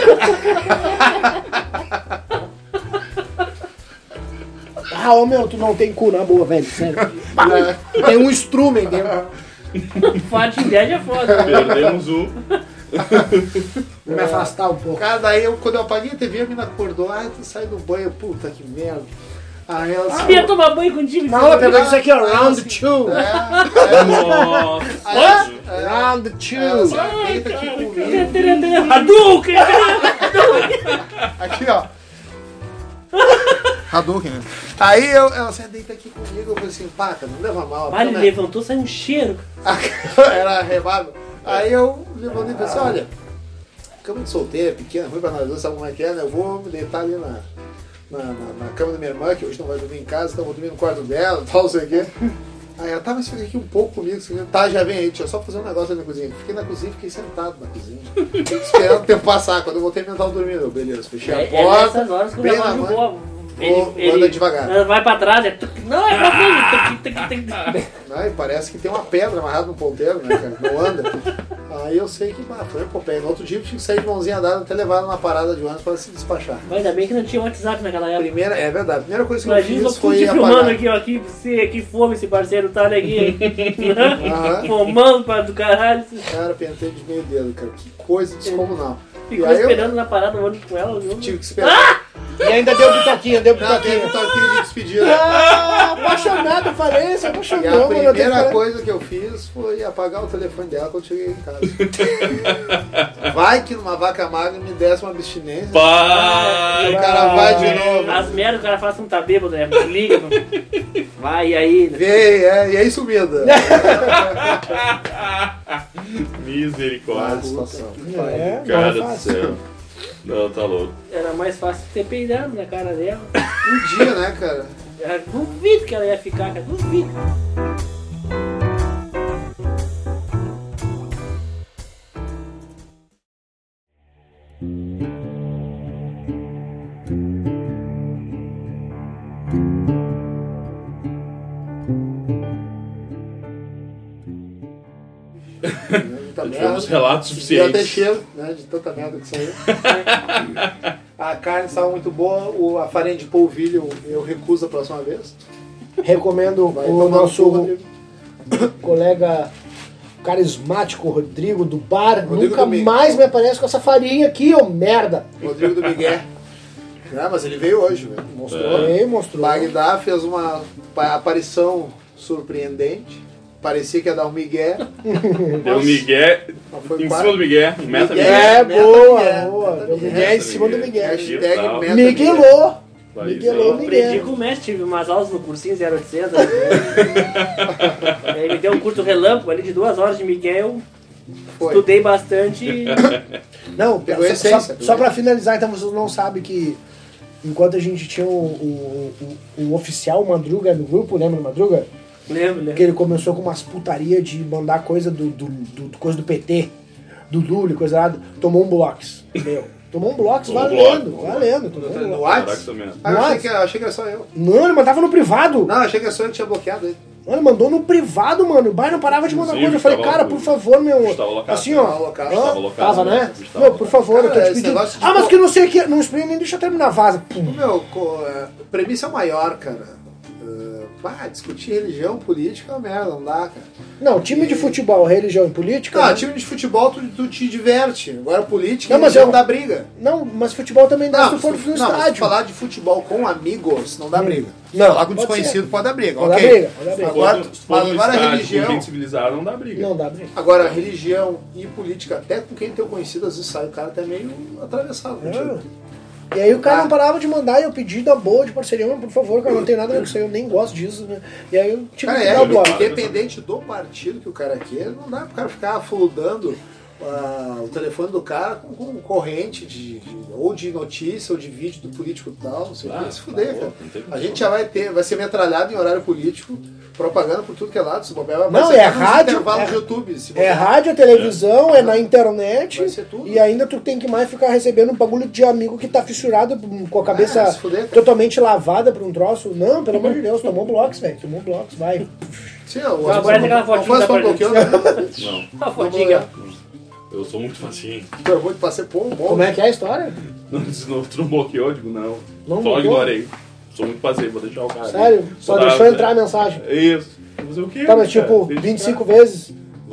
Ah, ô meu, tu não tem cu na boa, velho, sério. Tem um instrumento dentro. Forte ideia é foda. Perdemos um. Vou me afastar um pouco. Cara, daí quando eu apaguei a TV, a mina acordou. Ai, tu sai do banho, puta que merda. Aí ela Eu ia tomar banho contigo. Na aula pegou isso aqui, ó. Round 2. Nossa. Round 2. Deita aqui comigo. Hadouken! Aqui, ó. Hadouken, né? Aí ela assim, deita aqui comigo. Eu falei assim, pá, cara, não leva mal. Mas ele levantou, saiu um cheiro. Era remável. Aí eu levantei e falei assim, olha, cama de solteiro, pequena, ruim pra nós dois, sabe como é que é, né? Eu vou me deitar ali na cama da minha irmã, que hoje não vai dormir em casa, então eu vou dormir no quarto dela e tal, não sei o quê. Aí ela, tá, mas fica aqui um pouco comigo, assim, tá, já vem aí, deixa eu só fazer um negócio ali na cozinha. Fiquei na cozinha, fiquei sentado na cozinha. Fiquei esperando o tempo passar, quando eu voltei, eu tava dormindo. Eu, beleza, fechei a porta, nessas horas que o bem relógio na voa. mão, anda devagar. Vai pra trás, não, é pra frente. Aí parece que tem uma pedra amarrada no ponteiro, né, cara, não anda. Aí eu sei que, foi epopeia. No outro dia eu tinha que sair de mãozinha dada até levar ela na parada de ônibus para se despachar. Mas ainda bem que não tinha WhatsApp naquela época. É verdade, a primeira coisa que imagina eu fiz foi filmando apagar. aqui, ó, que fome esse parceiro tá aqui. Fomando pra do caralho. Cara, pentei de meio dedo, cara, que coisa descomunal. Ficou esperando na parada o ônibus com ela. Tive que esperar. E ainda deu pitoquinha, Deu pitoquinha de despedida. Apaixonado, eu falei, você E apaixonou, a mano. primeira coisa que eu fiz foi apagar o telefone dela quando cheguei em casa. Vai que numa vaca magra me desse uma abstinência. Pai! O cara vai de novo. As merdas o cara fala assim, tá bêbado, né? Liga, mano. Vai, e aí? Né? Vem, e aí sumida. Misericórdia. Situação. Cara do céu. Não, tá louco. Era mais fácil ter peidado na cara dela. Um dia, né, cara? Eu duvido que ela ia ficar, cara. Duvido. Tivemos relatos E até suficientes. cheiro, né, de tanta merda que saiu. A carne estava muito boa, a farinha de polvilho eu recuso a próxima vez. Recomendo Vai o tomar no cu, nosso Rodrigo. colega carismático Rodrigo do bar. Rodrigo Nunca do Miguel. mais me aparece com essa farinha aqui, ô merda. Rodrigo do Miguel. Mas ele veio hoje, velho. Mostrou. Bagdá fez uma aparição surpreendente. Parecia que ia dar um migué. Deu um migué Mas foi em quase- cima do migué. Meta Migué. migué. Boa. Meta Deu Miguel. Miguel em cima do Miguel. Hashtag Tal. meta Miguelou. Vai, Miguelou, então. Aprendi Miguel. com o mestre, tive umas aulas no cursinho 0800. Aí me deu um curto relâmpago ali de 2 horas de Miguel. Foi. Estudei bastante e Não, Pegou a só, essência, só pra finalizar, então vocês não sabem que enquanto a gente tinha o oficial Madruga no grupo, lembra do Madruga? lembro. Que ele começou com umas putaria de mandar coisa do coisa do PT, do Lula e coisa lá, tomou um blocos, meu. Tomou um blocos Tomou um valendo, bloco. valendo. Tomou um No blocos. Caraca, WhatsApp? isso mesmo. Eu achei que era só eu. Não, ele mandava no privado. Não, achei que era só eu que tinha bloqueado ele. Ele mandou no privado, mano. O bar não parava de mandar Inclusive, coisa. Eu falei, estava- cara, por favor, meu. estava locado. Assim, ó. Estava locado. Hã? Estava locado, Tava, né? né? Estava Meu, por favor, eu tô Cara, te esse pedindo. negócio de- Ah, mas que não sei o que. Não explica nem deixa eu terminar a vaza. Pum. Premissa maior, cara. Discutir religião, política é uma merda, não dá, cara. Não, time de futebol, religião e política. Não, né? time de futebol tu te diverte. Agora política Não, mas religião eu- dá briga. Não, mas futebol também dá se tu for no mas se estádio. falar de futebol com amigos, não dá briga. Não, Falar com pode desconhecido pode dar briga, Pode ok. dar briga, pode dar briga. Agora, Se for no agora a estádio, religião... com gente civilizada, não dá briga. Não dá briga. Agora, religião e política, até com quem tem conhecido, às vezes sai o cara até meio atravessado. contigo. E aí o cara não parava de mandar e eu pedi da boa de parceria, mas por favor, cara, não tem nada a ver com isso aí, eu nem gosto disso, né? E aí eu tive Cara, que dar o bloco. independente do partido que o cara queira, não dá pro cara ficar fludando o telefone do cara com corrente ou de notícia ou de vídeo do político e tal, não sei o que, se fuder, cara. não tem A gente já vai ser metralhado em horário político, propaganda por tudo que é lado, se bobear, vai Não, ser é até nos rádio, intervalos é- do YouTube, se É bobear. rádio, é televisão, é na internet. Vai ser tudo. E ainda tu tem que mais ficar recebendo um bagulho de amigo que tá fissurado com a cabeça se fuder, cara. totalmente lavada pra um troço. Não, pelo amor de Deus, tomou blocos, velho. Tomou blocos, vai. Sim, Aparece aquela fotinha fãs da estão bloqueando, né? Não, a fotinha. eu sou muito paciente. Eu vou passar por um bom. Como é que é a história? Tu não bloqueou? Eu digo, não. Não Só bloqueou? ignorei. Sou muito paciente, vou deixar o cara. Sério? Só Tá, deixou entrar a mensagem. Isso. Fazer o quê? Tá, mas cara? tipo, Deixa 25 entrar. vezes.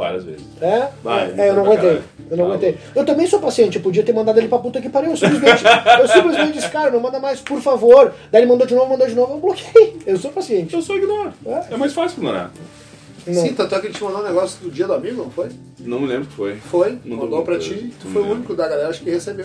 Várias vezes. Eu não aguentei. Eu não aguentei. Eu também sou paciente, eu podia ter mandado ele pra puta que pariu. Eu simplesmente disse, cara, não manda mais, por favor. Daí ele mandou de novo, eu bloqueei. Eu sou paciente. Eu só ignoro. É mais fácil ignorar. Não. Sim, tanto é que ele te mandou um negócio do dia do amigo, não foi? Não me lembro que foi. Foi, mandou pra ti, tu foi o único da galera acho que recebeu.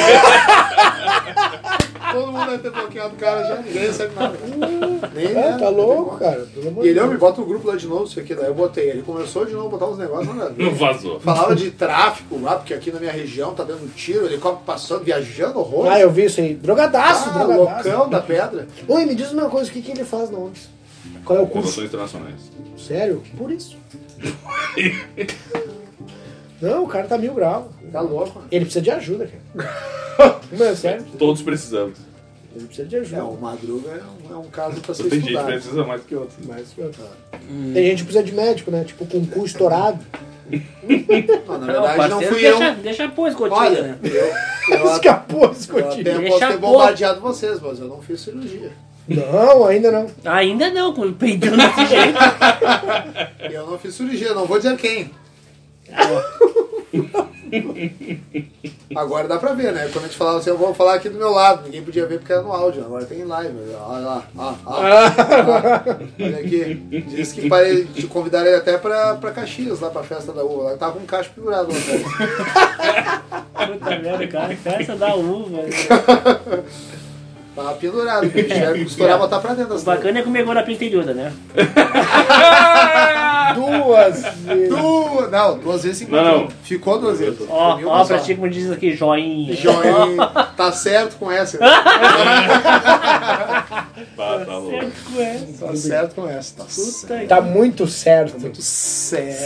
Todo mundo deve ter bloqueado o cara já, ninguém recebe nada. Tá louco, cara. E ele, me bota o grupo lá de novo, isso aqui, daí eu botei. Ele começou de novo a botar uns negócios, não vazou. Falava de tráfico lá, porque aqui na minha região tá dando tiro, helicóptero passando, viajando, horror. Eu vi isso aí. Drogadaço. Loucão da pedra. Oi, me diz uma coisa, o que ele faz na ONU? Qual é o curso? Relações internacionais. Sério? Por isso. Não, o cara tá 1000 graus. Tá louco, mano. Ele precisa de ajuda, cara. Não é sério? Todos precisamos. Ele precisa de ajuda. O Madruga é um caso pra ser Tem estudado. gente que precisa mais que outros. Tem gente que precisa de médico, né? Tipo, com o cu estourado. Não, na verdade não fui eu. Deixa pôr escotilha, Olha, né? Escapou a escotilha. Eu posso ter bombardeado vocês, mas eu não fiz cirurgia. Não, ainda não. Ainda não, com peidando desse jeito. Eu não fiz cirurgia, não vou dizer quem. Agora dá pra ver, né? Quando a gente falava assim, eu vou falar aqui do meu lado, ninguém podia ver porque era no áudio, agora tem em live. Olha lá, olha aqui. Disse que parei de convidar ele até pra Caxias, lá pra festa da uva. Lá tava com um cacho pendurado lá atrás. Puta merda, cara, festa da uva. Tava pendurado, porque tiveram que estourar e botar pra dentro. O bacana é comer agora a pintelhuda, né? 2 vezes. Não, 2 vezes 50. Não. Ficou 2 vezes. Ó, pra ti como diz aqui, joinha. Joinha. Tá certo com essa. Tá certo com essa. Tá certo. Tá muito certo. Muito certo.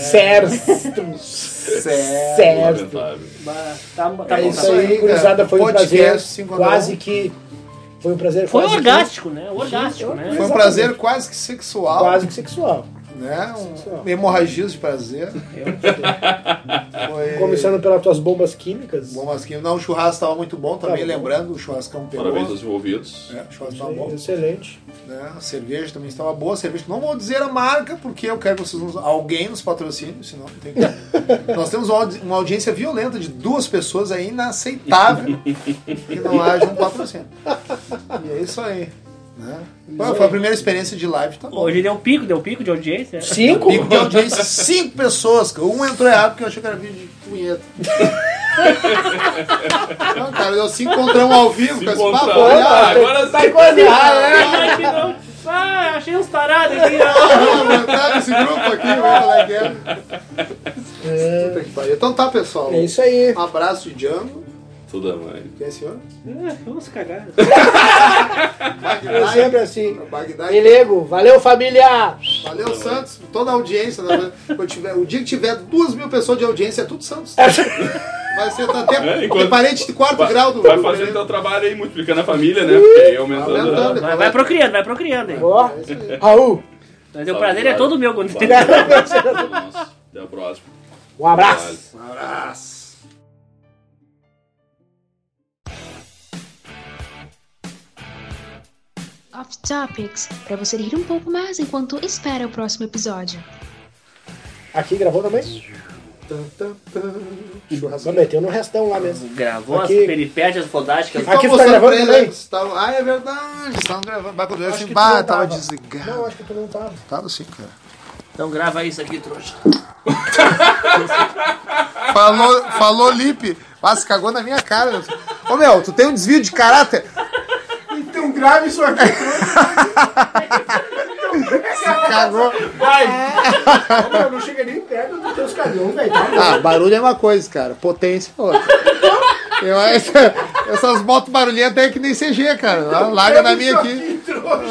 Certo. Tá É bom, isso tá bom. aí, gurizada, foi um Podcast prazer. 5 Quase que. Foi um prazer. Foi quase orgástico, né? Orgástico, né? Foi um prazer quase que sexual. Quase que sexual. Né? Hemorragias de prazer. Foi... Começando pelas tuas bombas químicas. Bombas químicas. Não, o churrasco estava muito bom também, lembrando, o churrascão pegou. Parabéns aos envolvidos. O churrasco estava bom. Excelente. Né? A cerveja também estava boa. A cerveja, não vou dizer a marca, porque eu quero que vocês alguém nos patrocine, senão não tem que... Nós temos uma audiência violenta de 2 pessoas, é inaceitável que não haja um patrocínio. E é isso aí. Né? Foi a primeira experiência de live, tá bom. Hoje deu pico de audiência. 5? Pico de audiência, 5 pessoas. Um entrou errado porque eu achei que era vídeo de punheta. Não, cara, deu 5 contra 1 ao vivo. Agora tá coisa errada, né? Achei uns tarados aqui. Tá nesse grupo aqui, Então tá, pessoal. É isso aí. Um abraço de Django. Tudo a mãe. Quem é, senhor? Vamos cagar. Eu sempre assim. Bagdá. Pelego, valeu família! Valeu, Santos, toda a audiência. Né? O dia que tiver 2.000 pessoas de audiência, é tudo Santos. Vai ser até parente de 4º grau do. Vai fazendo teu trabalho aí, multiplicando a família, né? Porque aí aumentando. Vai procriando aí. Ó, Raul. Mas o prazer é todo meu quando tem. Até a próxima. Um abraço. Um abraço. Off Topics, para você rir um pouco mais enquanto espera o próximo episódio. Aqui gravou também? Churrasco. Meteu no restão lá mesmo. Gravou aqui... as peripécias fodásticas. Aqui você tá gravando também? Ah, é verdade. Estavam gravando. Quando Acho que tava desligado. Não, acho que tu não tava. Tava sim, cara. Então grava isso aqui, trouxa. Falou Lipe. Mas cagou na minha cara. Ô meu, tu tem um desvio de caráter. Então grave isso aqui. Se cagou. Vai. Não chega nem perto dos teus caminhões, velho. Barulho é uma coisa, cara. Potência é outra. Essas motos barulhentas aí que nem CG, cara. Larga na minha aqui.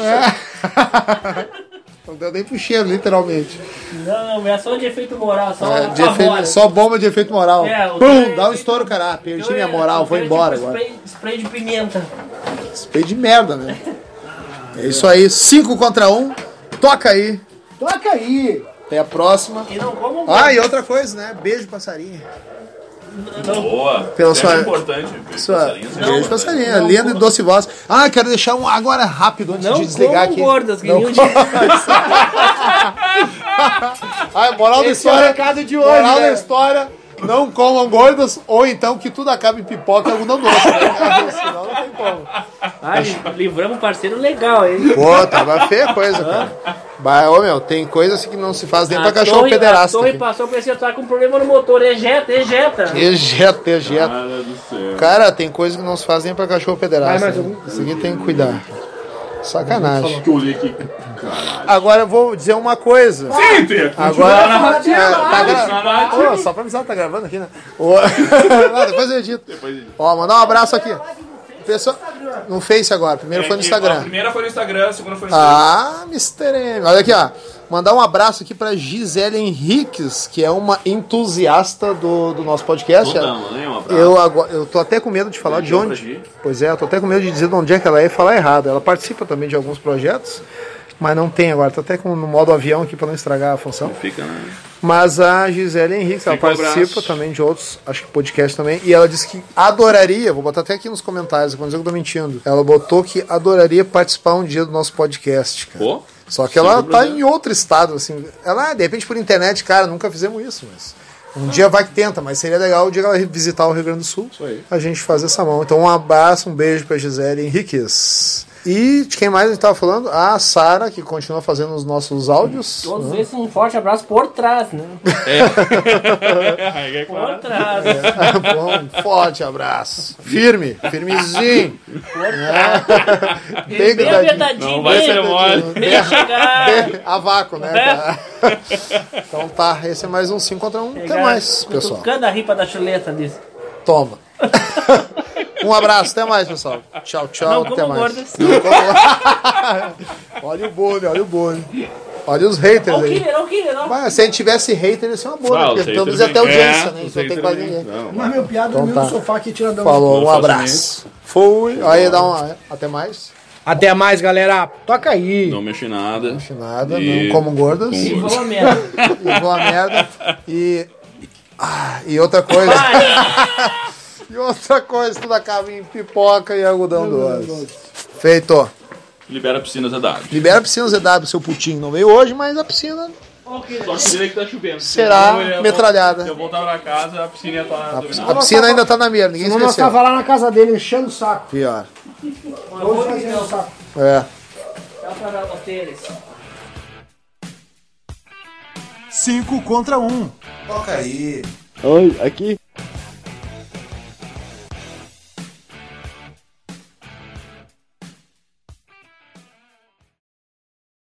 Não deu nem pro cheiro, literalmente. Não, é só de efeito moral, só bomba de efeito moral. Pum, dá um estouro, cara. Perdi minha moral, vou embora agora. Spray de pimenta. Spray de merda, né? É isso aí, 5 contra 1. Toca aí. Toca aí. Até a próxima. E não como e outra coisa, né? Beijo, passarinho. Boa. Pela sua... importante. Beijo, passarinho. Linda e doce voz. Quero deixar agora rápido antes de desligar aqui. Gordas, que Moral da Esse é o história. recado de hoje, Moral da né? história. Não comam gordas, ou então que tudo acabe em pipoca e algodão doce. Né? Senão não tem como. Livramos um parceiro legal, hein? Pô, tava feia a coisa, cara. Bah, ô meu, tem coisa assim que não se faz nem pra cachorro pederasta. A torre passou pra você, tá com problema no motor. Ejeta. Ejeta. Cara do céu. Cara, tem coisa que não se faz nem pra cachorro pederasta. Vai, mas né? Isso aqui tem que cuidar. Sacanagem. Que eu olhei aqui. Caralho. Agora eu vou dizer uma coisa. Sim, Tia. Agora. Tá gravando. Ô, só pra avisar, tá gravando aqui, né? Não, depois eu edito. Ó, mandar um abraço aqui. Pessoal, no Face agora. Primeiro foi no A Instagram. primeira foi no Instagram, a segunda foi no Instagram. Ah, Mr. M. Olha aqui, ó. Mandar um abraço aqui pra Gisele Henriques, que é uma entusiasta do nosso podcast. Um abraço. Eu tô até com medo de falar de onde. Pois é, eu tô até com medo de dizer de onde é que ela é e falar errado. Ela participa também de alguns projetos, mas não tem agora. Tô até no modo avião aqui pra não estragar a função. Fica, né? Mas a Gisele Henriques, ela participa também de outros, acho que podcast também, e ela disse que adoraria, vou botar até aqui nos comentários, vou dizer que eu tô mentindo, ela botou que adoraria participar um dia do nosso podcast, cara. Pô? Só que ela tá em outro estado, assim, ela, de repente por internet, cara, nunca fizemos isso, mas um dia vai que tenta, mas seria legal o dia que ela visitar o Rio Grande do Sul, a gente fazer essa mão. Então um abraço, um beijo pra Gisele Henriques. E de quem mais a gente tava falando? A Sara, que continua fazendo os nossos áudios. Todos esses um forte abraço por trás, né? Por trás. Bom, forte abraço. Firmezinho. Bem apertadinho. Não vai ser mole. Bem chegar. A vácuo, né? Então tá, esse é mais um 5 contra 1. Até mais, pessoal. Tocando a ripa da chuleta disso. Toma. Um abraço, até mais, pessoal. Tchau, Não até como mais. gordas. Olha o bullying. Olha os haters Olha o aí. killer, não. Mas se a gente tivesse hater, ia ser uma boa, Ah, né? os Porque pelo menos haters até audiência, vêm. né? Os Então tem haters quase vêm. ninguém. Não. Mas meu piada dormiu tá. no sofá aqui tiradão. Falou, um Não faço abraço. Fui. Aí dá uma. Até mais. Até mais, galera. Toca aí. Não mexi nada. Não nada, E- não como gordas. E vou a merda. E vou a merda. E outra coisa. E outra coisa, tudo acaba em pipoca e algodão doce. Feito. Libera a piscina ZW. Libera a piscina ZW, seu putinho. Não veio hoje, mas a piscina Só que direito que tá chovendo. será Senão eu ia- metralhada. Se eu voltar pra casa, a piscina ia estar dominada. A piscina ainda tá na mira, ninguém Senão nós esqueceu. tava lá na casa dele enchendo o saco. Pior. Hoje vai encher o saco. É. Tchau para vocês. 5 contra 1. Toca aí. Oi, aqui.